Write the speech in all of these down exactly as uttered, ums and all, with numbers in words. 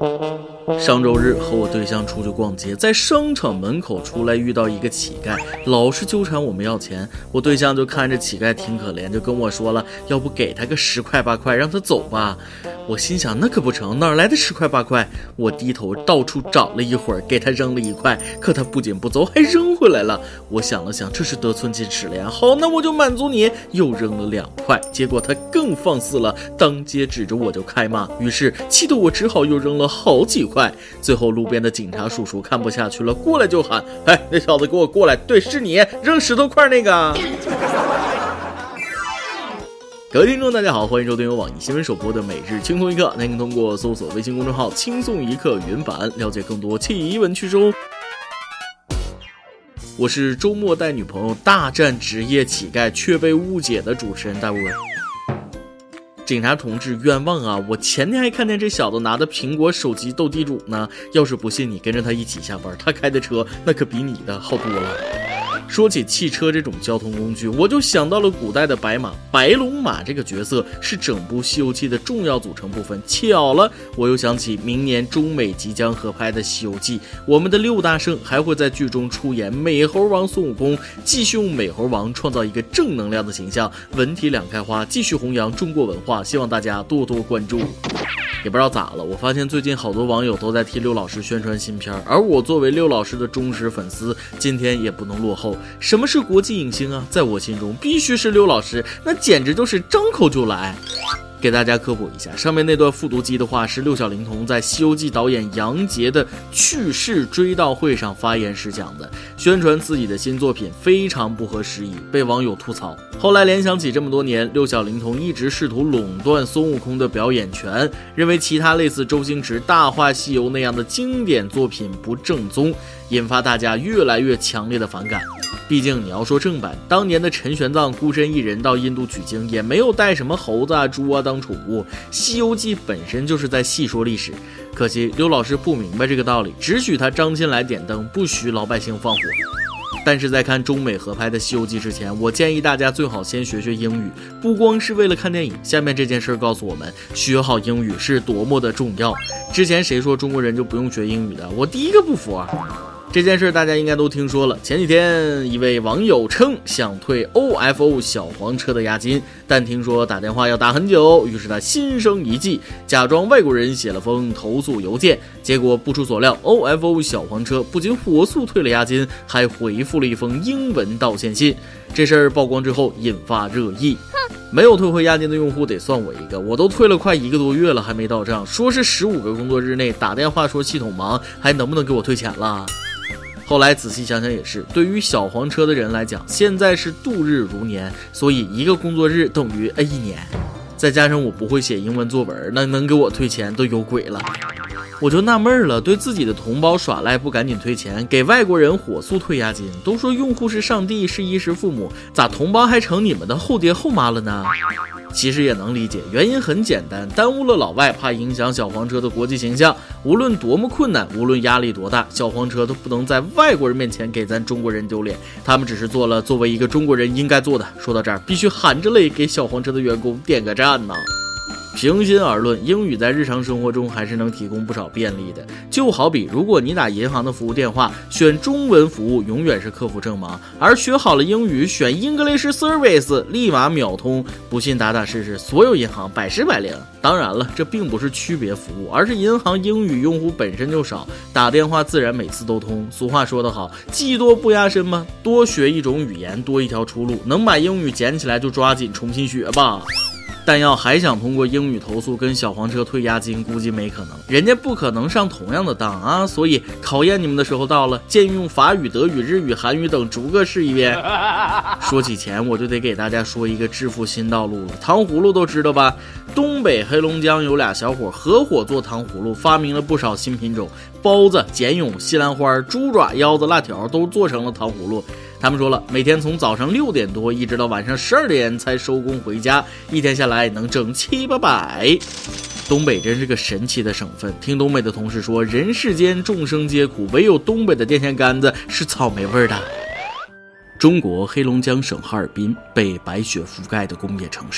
上周日和我对象出去逛街，在商场门口出来遇到一个乞丐，老是纠缠我们要钱。我对象就看着乞丐挺可怜，就跟我说了，要不给他个十块八块让他走吧。我心想那可不成，哪来的十块八块？我低头到处找了一会儿，给他扔了一块，可他不仅不走，还扔回来了。我想了想，这是得寸进尺了呀，好，那我就满足你，又扔了两块。结果他更放肆了，当街指着我就开骂，于是气得我只好又扔了好几块。最后路边的警察叔叔看不下去了，过来就喊，哎，那小子给我过来，对，是你扔石头块那个。各位听众大家好，欢迎收听由网易新闻首播的每日轻松一刻，您可以通过搜索微信公众号轻松一刻云版了解更多奇闻趣事哦。我是周末带女朋友大战职业乞丐却被误解的主持人大卫。警察同志冤枉啊，我前天还看见这小子拿的苹果手机斗地主呢，要是不信你跟着他一起下班，他开的车那可比你的好多了。说起汽车这种交通工具，我就想到了古代的白马。白龙马这个角色是整部西游记的重要组成部分，巧了，我又想起明年中美即将合拍的西游记，我们的六大圣还会在剧中出演美猴王孙悟空，继续用美猴王创造一个正能量的形象，文体两开花，继续弘扬中国文化，希望大家多多关注。也不知道咋了，我发现最近好多网友都在替六老师宣传新片，而我作为六老师的忠实粉丝，今天也不能落后。什么是国际影星啊？在我心中必须是六老师，那简直就是张口就来。给大家科普一下，上面那段复读机的话是六小龄童在《西游记》导演杨洁的去世追悼会上发言时讲的，宣传自己的新作品非常不合时宜，被网友吐槽。后来联想起这么多年，六小龄童一直试图垄断孙悟空的表演权，认为其他类似周星驰《大话西游》那样的经典作品不正宗，引发大家越来越强烈的反感。毕竟你要说正版，当年的陈玄奘孤身一人到印度取经，也没有带什么猴子啊猪啊当宠物，西游记本身就是在细说历史。可惜刘老师不明白这个道理，只许他张进来点灯，不许老百姓放火。但是在看中美合拍的西游记之前，我建议大家最好先学学英语，不光是为了看电影。下面这件事告诉我们，学好英语是多么的重要。之前谁说中国人就不用学英语的？我第一个不服啊。这件事大家应该都听说了，前几天一位网友称想退 O F O 小黄车的押金，但听说打电话要打很久，于是他心生一计，假装外国人写了封投诉邮件，结果不出所料 O F O 小黄车不仅火速退了押金，还回复了一封英文道歉信。这事儿曝光之后引发热议，没有退回押金的用户得算我一个，我都退了快一个多月了还没到账，说是十五个工作日内打电话说系统忙，还能不能给我退钱了？后来仔细想想也是，对于小黄车的人来讲，现在是度日如年，所以一个工作日等于一年，再加上我不会写英文作文，那能给我退钱都有鬼了。我就纳闷了，对自己的同胞耍赖不赶紧退钱，给外国人火速退押金，都说用户是上帝，是衣食父母，咋同胞还成你们的后爹后妈了呢？其实也能理解，原因很简单，耽误了老外，怕影响小黄车的国际形象。无论多么困难，无论压力多大，小黄车都不能在外国人面前给咱中国人丢脸。他们只是做了作为一个中国人应该做的。说到这儿，必须含着泪给小黄车的员工点个赞呐。平心而论，英语在日常生活中还是能提供不少便利的。就好比如果你打银行的服务电话，选中文服务永远是客服正忙，而学好了英语选 English Service 立马秒通。不信打打试试，所有银行百试百灵。当然了，这并不是区别服务，而是银行英语用户本身就少，打电话自然每次都通。俗话说得好，技多不压身嘛，多学一种语言多一条出路，能把英语捡起来就抓紧重新学吧。但要还想通过英语投诉跟小黄车退押金，估计没可能，人家不可能上同样的当啊！所以考验你们的时候到了，建议用法语、德语、日语、韩语等逐个试一遍。说起钱，我就得给大家说一个致富新道路了，糖葫芦都知道吧？东北黑龙江有俩小伙合伙做糖葫芦，发明了不少新品种，包子、茧蛹、西兰花、猪爪、腰子、辣条都做成了糖葫芦。他们说了，每天从早上六点多一直到晚上十二点才收工回家，一天下来能挣七八百。东北真是个神奇的省份，听东北的同事说，人世间众生皆苦，唯有东北的电线杆子是草莓味的。中国黑龙江省哈尔滨被白雪覆盖的工业城市，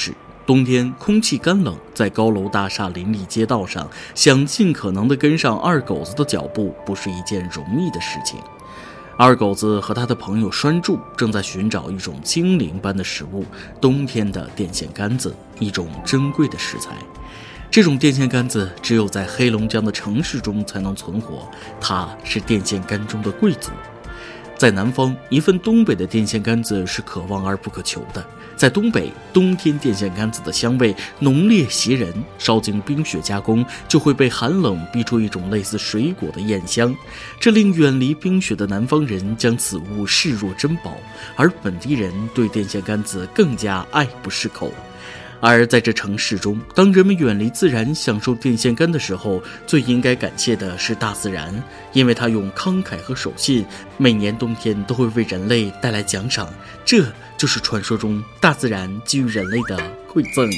冬天空气干冷，在高楼大厦林立街道上，想尽可能地跟上二狗子的脚步，不是一件容易的事情。二狗子和他的朋友栓柱正在寻找一种精灵般的食物——冬天的电线杆子，一种珍贵的食材。这种电线杆子只有在黑龙江的城市中才能存活，它是电线杆中的贵族。在南方，一份东北的电线杆子是可望而不可求的。在东北，冬天电线杆子的香味浓烈袭人，烧经冰雪加工，就会被寒冷逼出一种类似水果的艳香，这令远离冰雪的南方人将此物视若珍宝，而本地人对电线杆子更加爱不释口。而在这城市中，当人们远离自然享受电线杆的时候，最应该感谢的是大自然，因为它用慷慨和守信，每年冬天都会为人类带来奖赏，这就是传说中大自然给予人类的馈赠。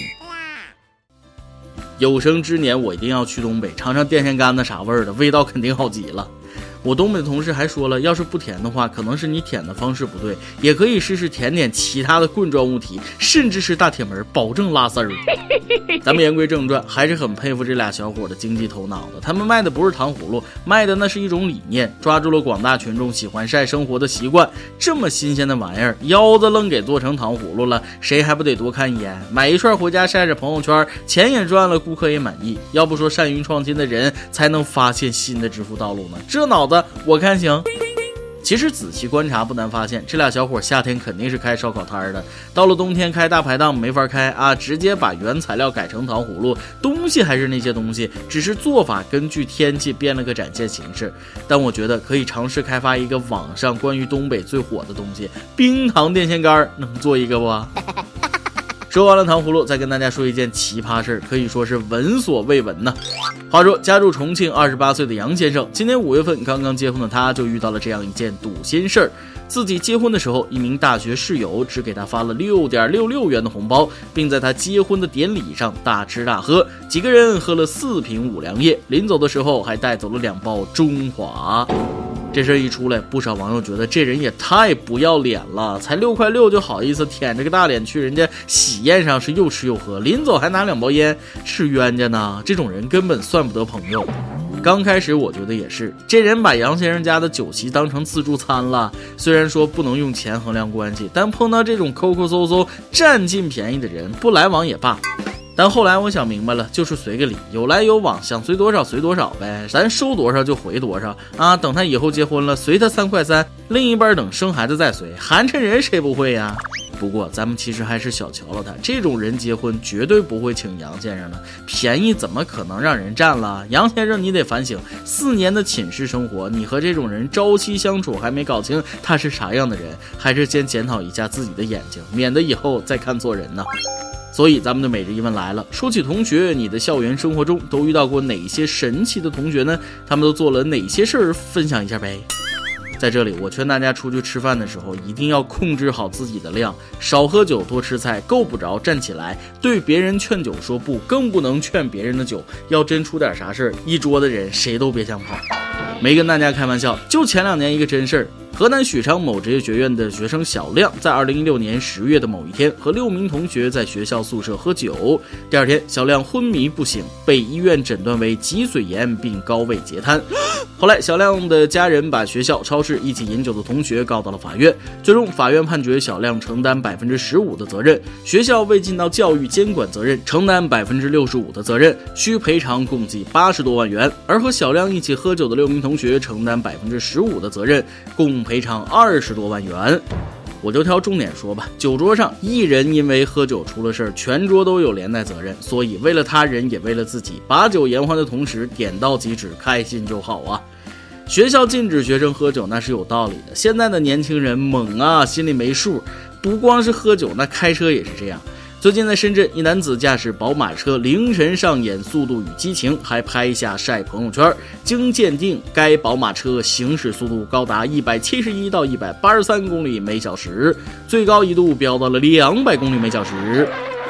有生之年我一定要去东北尝尝电线杆子啥味儿的，味道肯定好极了。我东北的同事还说了，要是不甜的话，可能是你舔的方式不对，也可以试试舔点其他的棍状物体，甚至是大铁门，保证拉丝儿。咱们言归正传，还是很佩服这俩小伙的经济头脑的。他们卖的不是糖葫芦，卖的那是一种理念，抓住了广大群众喜欢晒生活的习惯。这么新鲜的玩意儿，腰子愣给做成糖葫芦了，谁还不得多看一眼？买一串回家晒晒朋友圈，钱也赚了，顾客也满意。要不说善于创新的人才能发现新的致富道路呢，这脑子我看行。其实仔细观察不难发现，这俩小伙夏天肯定是开烧烤摊的，到了冬天开大排档没法开啊，直接把原材料改成糖葫芦，东西还是那些东西，只是做法根据天气变了个展现形式。但我觉得可以尝试开发一个网上关于东北最火的东西——冰糖电线杆，能做一个不？说完了糖葫芦，再跟大家说一件奇葩事儿，可以说是闻所未闻呢。话说，家住重庆二十八岁的杨先生，今年五月份刚刚结婚的他，就遇到了这样一件堵心事儿。自己结婚的时候，一名大学室友只给他发了六点六六元的红包，并在他结婚的典礼上大吃大喝，几个人喝了四瓶五粮液，临走的时候还带走了两包中华。这事一出来，不少网友觉得这人也太不要脸了，才六块六就好意思舔着个大脸去人家喜宴上是又吃又喝，临走还拿两包烟，是冤家呢。这种人根本算不得朋友。刚开始我觉得也是，这人把杨先生家的酒席当成自助餐了。虽然说不能用钱衡量关系，但碰到这种抠抠搜搜占尽便宜的人，不来往也罢。但后来我想明白了，就是随个礼，有来有往，想随多少随多少呗，咱收多少就回多少啊！等他以后结婚了，随他三块三，另一半等生孩子再随，寒碜人谁不会呀？不过咱们其实还是小瞧了他，这种人结婚绝对不会请杨先生的，便宜怎么可能让人占了？杨先生你得反省，四年的寝室生活，你和这种人朝夕相处，还没搞清他是啥样的人，还是先检讨一下自己的眼睛，免得以后再看错人呢。所以咱们的每日一问来了，说起同学，你的校园生活中都遇到过哪些神奇的同学呢？他们都做了哪些事儿？分享一下呗。在这里我劝大家出去吃饭的时候一定要控制好自己的量，少喝酒多吃菜，够不着站起来，对别人劝酒说不，更不能劝别人的酒，要真出点啥事，一桌的人谁都别想跑。没跟大家开玩笑，就前两年一个真事儿，河南许昌某职业学院的学生小亮，在二零一六年十月的某一天，和六名同学在学校宿舍喝酒。第二天，小亮昏迷不醒，被医院诊断为脊髓炎并高位截瘫。后来，小亮的家人把学校、超市一起饮酒的同学告到了法院，最终法院判决小亮承担百分之十五的责任，学校未尽到教育监管责任，承担百分之六十五的责任，需赔偿共计八十多万元。而和小亮一起喝酒的六名同学承担百分之十五的责任，共赔偿二十多万元。我就挑重点说吧，酒桌上一人因为喝酒出了事儿，全桌都有连带责任，所以为了他人也为了自己，把酒言欢的同时点到即止，开心就好啊。学校禁止学生喝酒那是有道理的，现在的年轻人猛啊，心里没数，不光是喝酒，那开车也是这样。最近在深圳，一男子驾驶宝马车凌晨上演速度与激情，还拍下晒朋友圈。经鉴定，该宝马车行驶速度高达一百七十一到一百八十三公里每小时，最高一度飙到了两百公里每小时。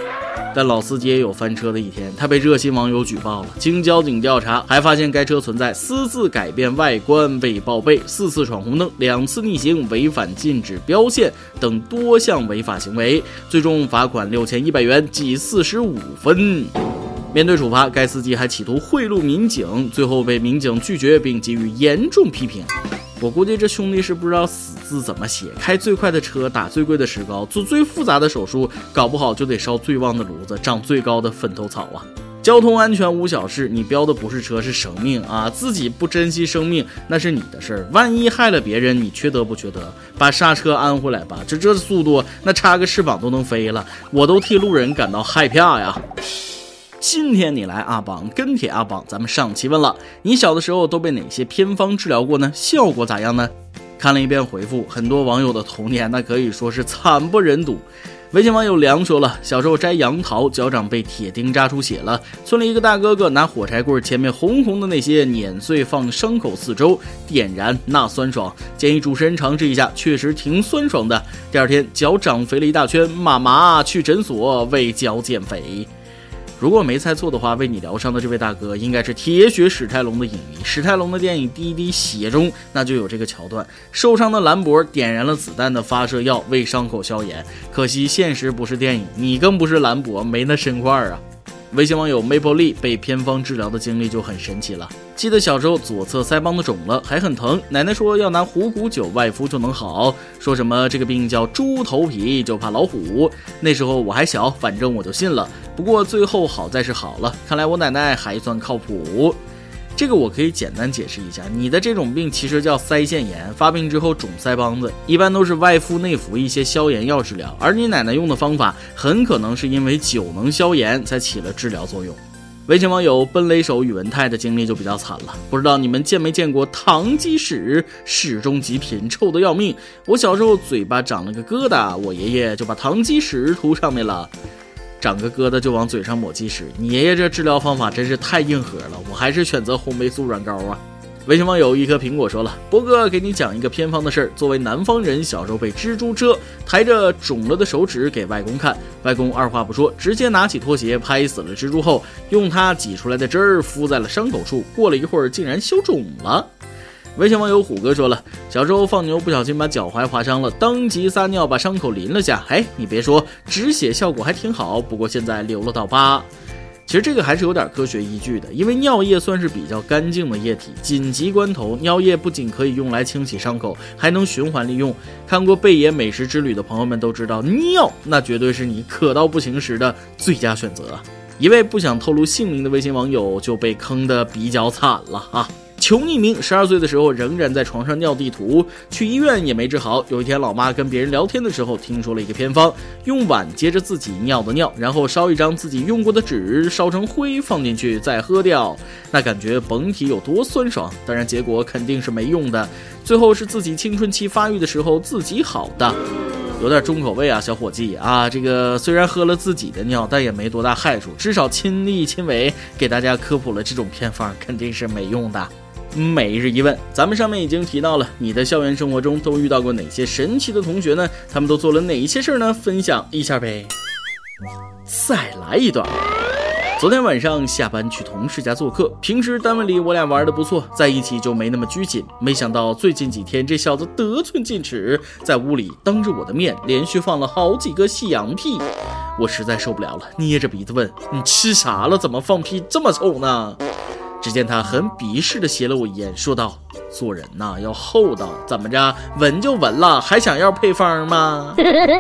但老司机也有翻车的一天，他被热心网友举报了。经交警调查，还发现该车存在私自改变外观、未报备、四次闯红灯、两次逆行、违反禁止标线等多项违法行为，最终罚款六千一百元，记四十五分。面对处罚，该司机还企图贿赂民警，最后被民警拒绝并给予严重批评。我估计这兄弟是不知道死字怎么写，开最快的车，打最贵的石膏，做最复杂的手术，搞不好就得烧最旺的炉子，长最高的坟头草啊！交通安全无小事，你标的不是车是生命啊！自己不珍惜生命那是你的事儿，万一害了别人，你缺德不缺德？把刹车安回来吧，这这速度，那插个翅膀都能飞了，我都替路人感到害怕呀！今天你来阿榜跟帖阿榜，咱们上期问了，你小的时候都被哪些偏方治疗过呢？效果咋样呢？看了一遍回复，很多网友的童年那可以说是惨不忍睹。微信网友梁说了，小时候摘杨桃，脚掌被铁钉扎出血了，村里一个大哥哥拿火柴棍前面红红的那些碾碎放伤口四周，点燃那酸爽，建议主持人尝试一下，确实挺酸爽的。第二天脚长肥了一大圈，妈妈去诊所为脚减肥。如果没猜错的话，为你疗伤的这位大哥应该是铁血史泰龙的影迷。史泰龙的电影《滴滴血》中那就有这个桥段，受伤的兰博点燃了子弹的发射药为伤口消炎，可惜现实不是电影，你更不是兰博，没那身块啊。微信网友 Maple Lee 被偏方治疗的经历就很神奇了。记得小时候左侧腮帮子肿了，还很疼，奶奶说要拿虎骨酒外敷就能好，说什么这个病叫猪头皮，就怕老虎。那时候我还小，反正我就信了。不过最后好在是好了，看来我奶奶还算靠谱。这个我可以简单解释一下，你的这种病其实叫腮腺炎，发病之后肿腮帮子，一般都是外敷内服一些消炎药治疗，而你奶奶用的方法很可能是因为酒能消炎才起了治疗作用。微信网友奔雷手宇文泰的经历就比较惨了，不知道你们见没见过糖鸡屎，屎中极品，臭得要命。我小时候嘴巴长了个疙瘩，我爷爷就把糖鸡屎涂上面了。长个疙瘩就往嘴上抹鸡屎，你爷爷这治疗方法真是太硬核了，我还是选择红霉素软膏啊。微信网友一颗苹果说了，波哥给你讲一个偏方的事儿。作为南方人，小时候被蜘蛛蛰，抬着肿了的手指给外公看，外公二话不说，直接拿起拖鞋拍死了蜘蛛后，用它挤出来的汁儿敷在了伤口处，过了一会儿竟然消肿了。微信网友虎哥说了，小时候放牛不小心把脚踝划伤了，当即撒尿把伤口淋了下，哎，你别说，止血效果还挺好，不过现在留了道疤。其实这个还是有点科学依据的，因为尿液算是比较干净的液体，紧急关头尿液不仅可以用来清洗伤口，还能循环利用。看过贝爷美食之旅的朋友们都知道，尿那绝对是你渴到不行时的最佳选择。一位不想透露姓名的微信网友就被坑得比较惨了啊！求匿名，十二岁的时候仍然在床上尿地图，去医院也没治好。有一天老妈跟别人聊天的时候听说了一个偏方，用碗接着自己尿的尿，然后烧一张自己用过的纸，烧成灰放进去再喝掉，那感觉甭提有多酸爽。当然结果肯定是没用的，最后是自己青春期发育的时候自己好的。有点重口味啊，小伙计啊！这个虽然喝了自己的尿，但也没多大害处，至少亲力亲为给大家科普了这种偏方肯定是没用的。每日一问，咱们上面已经提到了，你的校园生活中都遇到过哪些神奇的同学呢？他们都做了哪些事呢？分享一下呗。再来一段。昨天晚上下班去同事家做客，平时单位里我俩玩得不错，在一起就没那么拘谨，没想到最近几天这小子得寸进尺，在屋里当着我的面连续放了好几个西洋屁。我实在受不了了，捏着鼻子问，你吃啥了？怎么放屁这么臭呢？只见他很鄙视地斜了我一眼，说道，做人呐、啊、要厚道，怎么着闻就闻了，还想要配方吗？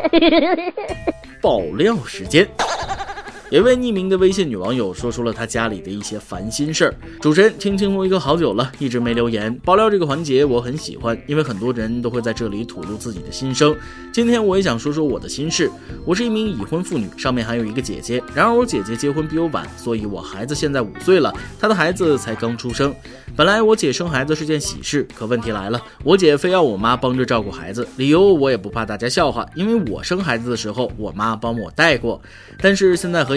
爆料时间。有位匿名的微信女网友说出了她家里的一些烦心事儿。主持人听清风一个好久了，一直没留言。爆料这个环节我很喜欢，因为很多人都会在这里吐露自己的心声。今天我也想说说我的心事。我是一名已婚妇女，上面还有一个姐姐。然而我姐姐结婚比我晚，所以我孩子现在五岁了，她的孩子才刚出生。本来我姐生孩子是件喜事，可问题来了，我姐非要我妈帮着照顾孩子，理由我也不怕大家笑话，因为我生孩子的时候我妈帮我带过。但是现在和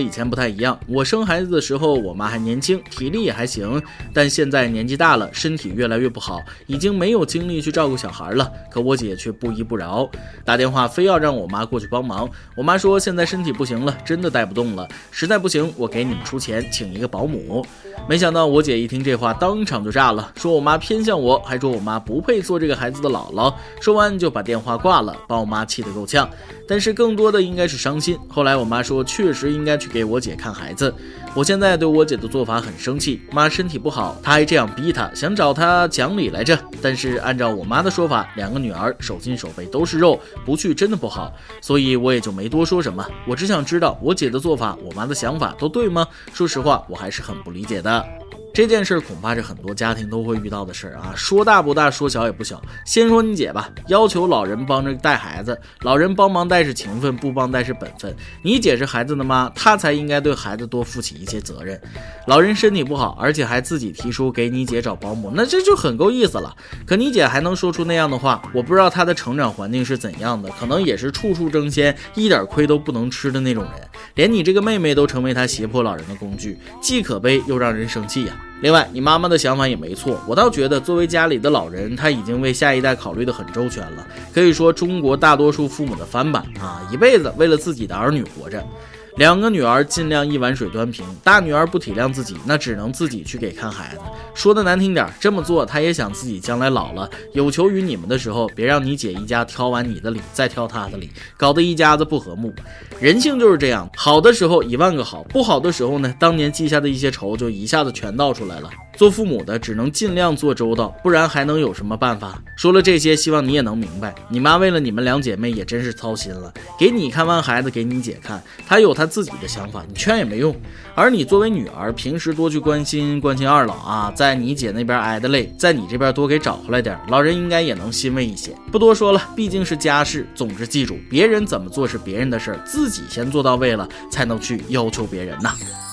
以前不太一样，我生孩子的时候我妈还年轻，体力也还行，但现在年纪大了，身体越来越不好，已经没有精力去照顾小孩了。可我姐却不依不饶，打电话非要让我妈过去帮忙。我妈说现在身体不行了，真的带不动了，实在不行我给你们出钱请一个保姆。没想到我姐一听这话当场就炸了，说我妈偏向我，还说我妈不配做这个孩子的姥姥。说完就把电话挂了，把我妈气得够呛。但是更多的应该是伤心。后来我妈说确实应该去给我姐看孩子。我现在对我姐的做法很生气，妈身体不好，她还这样逼她，想找她讲理来着。但是按照我妈的说法，两个女儿手心手背都是肉，不去真的不好，所以我也就没多说什么。我只想知道我姐的做法，我妈的想法都对吗？说实话，我还是很不理解的。这件事恐怕是很多家庭都会遇到的事啊，说大不大，说小也不小。先说你姐吧，要求老人帮着带孩子，老人帮忙带是情分，不帮带是本分。你姐是孩子的妈，她才应该对孩子多负起一些责任。老人身体不好，而且还自己提出给你姐找保姆，那这就很够意思了。可你姐还能说出那样的话，我不知道她的成长环境是怎样的，可能也是处处争先，一点亏都不能吃的那种人。连你这个妹妹都成为她胁迫老人的工具，既可悲又让人生气呀、啊。另外，你妈妈的想法也没错，我倒觉得作为家里的老人，她已经为下一代考虑得很周全了，可以说中国大多数父母的翻版啊，一辈子为了自己的儿女活着。两个女儿尽量一碗水端平，大女儿不体谅自己，那只能自己去给看孩子。说的难听点，这么做她也想自己将来老了有求于你们的时候，别让你姐一家挑完你的理再挑她的理，搞得一家子不和睦。人性就是这样，好的时候一万个好，不好的时候呢，当年记下的一些仇就一下子全倒出来了。做父母的只能尽量做周到，不然还能有什么办法？说了这些，希望你也能明白，你妈为了你们两姐妹也真是操心了。给你看完孩子给你姐看，她有她自己的想法，你劝也没用。而你作为女儿，平时多去关心关心二老啊，在你姐那边挨的累，在你这边多给找回来点，老人应该也能欣慰一些。不多说了，毕竟是家事。总之记住，别人怎么做是别人的事儿，自己先做到位了，才能去要求别人呐。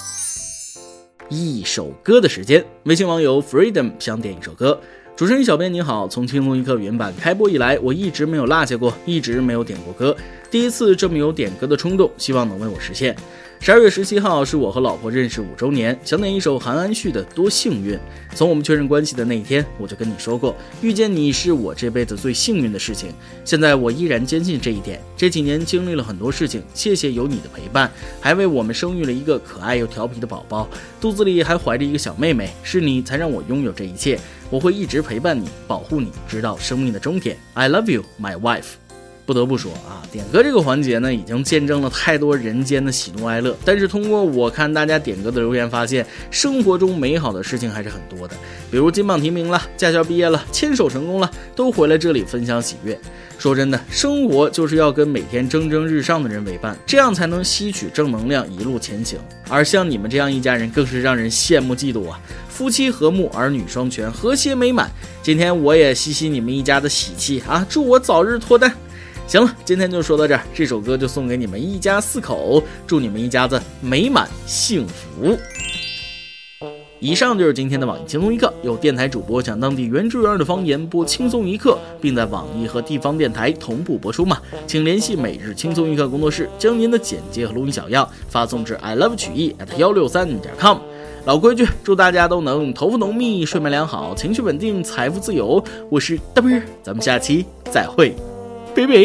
一首歌的时间，微信网友 Freedom 想点一首歌。主持人小编你好，从轻松一刻原版开播以来，我一直没有落下过，一直没有点过歌，第一次这么有点歌的冲动，希望能为我实现。十二月十七号是我和老婆认识五周年，想点一首韩安旭的《多幸运》。从我们确认关系的那一天，我就跟你说过，遇见你是我这辈子最幸运的事情。现在我依然坚信这一点。这几年经历了很多事情，谢谢有你的陪伴，还为我们生育了一个可爱又调皮的宝宝，肚子里还怀着一个小妹妹，是你才让我拥有这一切。我会一直陪伴你，保护你，直到生命的终点。I love you, my wife。不得不说啊，点歌这个环节呢，已经见证了太多人间的喜怒哀乐。但是通过我看大家点歌的留言，发现生活中美好的事情还是很多的。比如金榜题名了，驾校毕业了，牵手成功了，都回来这里分享喜悦。说真的，生活就是要跟每天蒸蒸日上的人为伴，这样才能吸取正能量，一路前行。而像你们这样一家人，更是让人羡慕嫉妒啊！夫妻和睦，儿女双全，和谐美满。今天我也吸吸你们一家的喜气啊！祝我早日脱单。行了，今天就说到这儿，这首歌就送给你们一家四口，祝你们一家子美满幸福。以上就是今天的网易轻松一刻，有电台主播讲当地原汁原味的方言播轻松一刻，并在网易和地方电台同步播出嘛？请联系每日轻松一刻工作室，将您的简介和录音小样发送至 i love 曲艺 at 一六三点 com。老规矩，祝大家都能头发浓密，睡眠良好，情绪稳定，财富自由。我是大波，咱们下期再会，拜拜。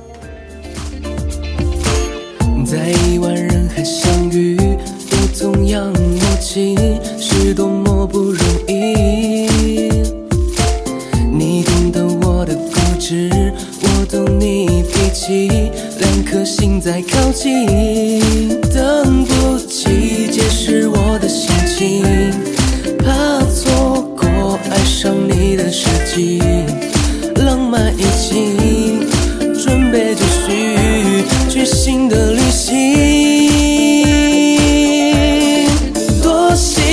在亿万人海相遇，有同样默契，是多么不容易。你懂得我的固执，我懂你脾气，两颗心在靠近，等不及解释我的心情，怕错过爱上你的时机，浪漫已经准备就绪，去新的旅行。多幸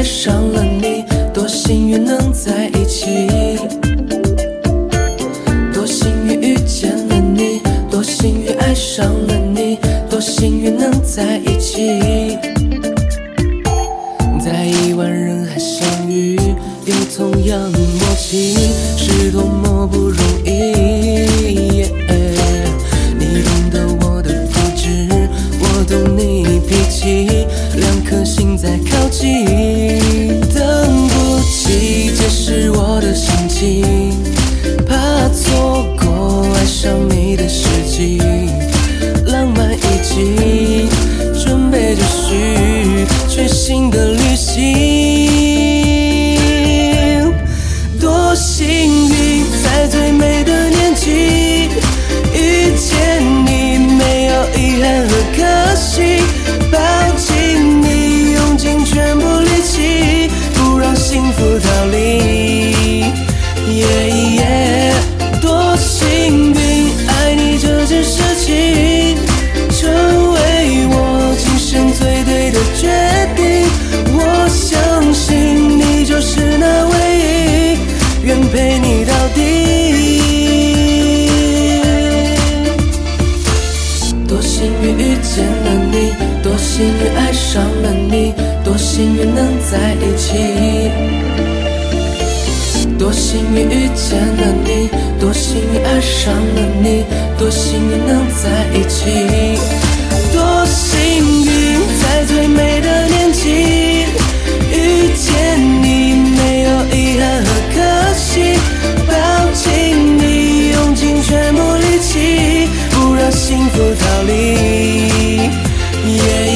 上了你，多幸运能在一起，多幸运遇见了你，多幸运爱上了你，多幸运能在一起，在亿万人海相遇，有同样默契，是多么不容易。你懂得我的固执，我懂你脾气，两颗心在靠近，等不及解释我的心情，怕错过爱上你的时机，浪漫已经准备就绪，全新的旅行。多幸运在最美的年纪遇见你，没有遗憾和可惜，抱紧你，用尽全部力气，不让幸福逃离。yeah, yeah, 多幸运爱你这件事情成为我今生最对的决定，我相信你就是那唯一，愿陪你到底。多幸运遇见了你，多幸运爱上了你，多幸运能在一起，多幸运遇见了你，多幸运爱上了你，多幸运能在一起，多幸运在最美的年纪遇见你，没有遗憾和可惜，抱紧你，用尽全部力气，不让幸福逃离。yeah,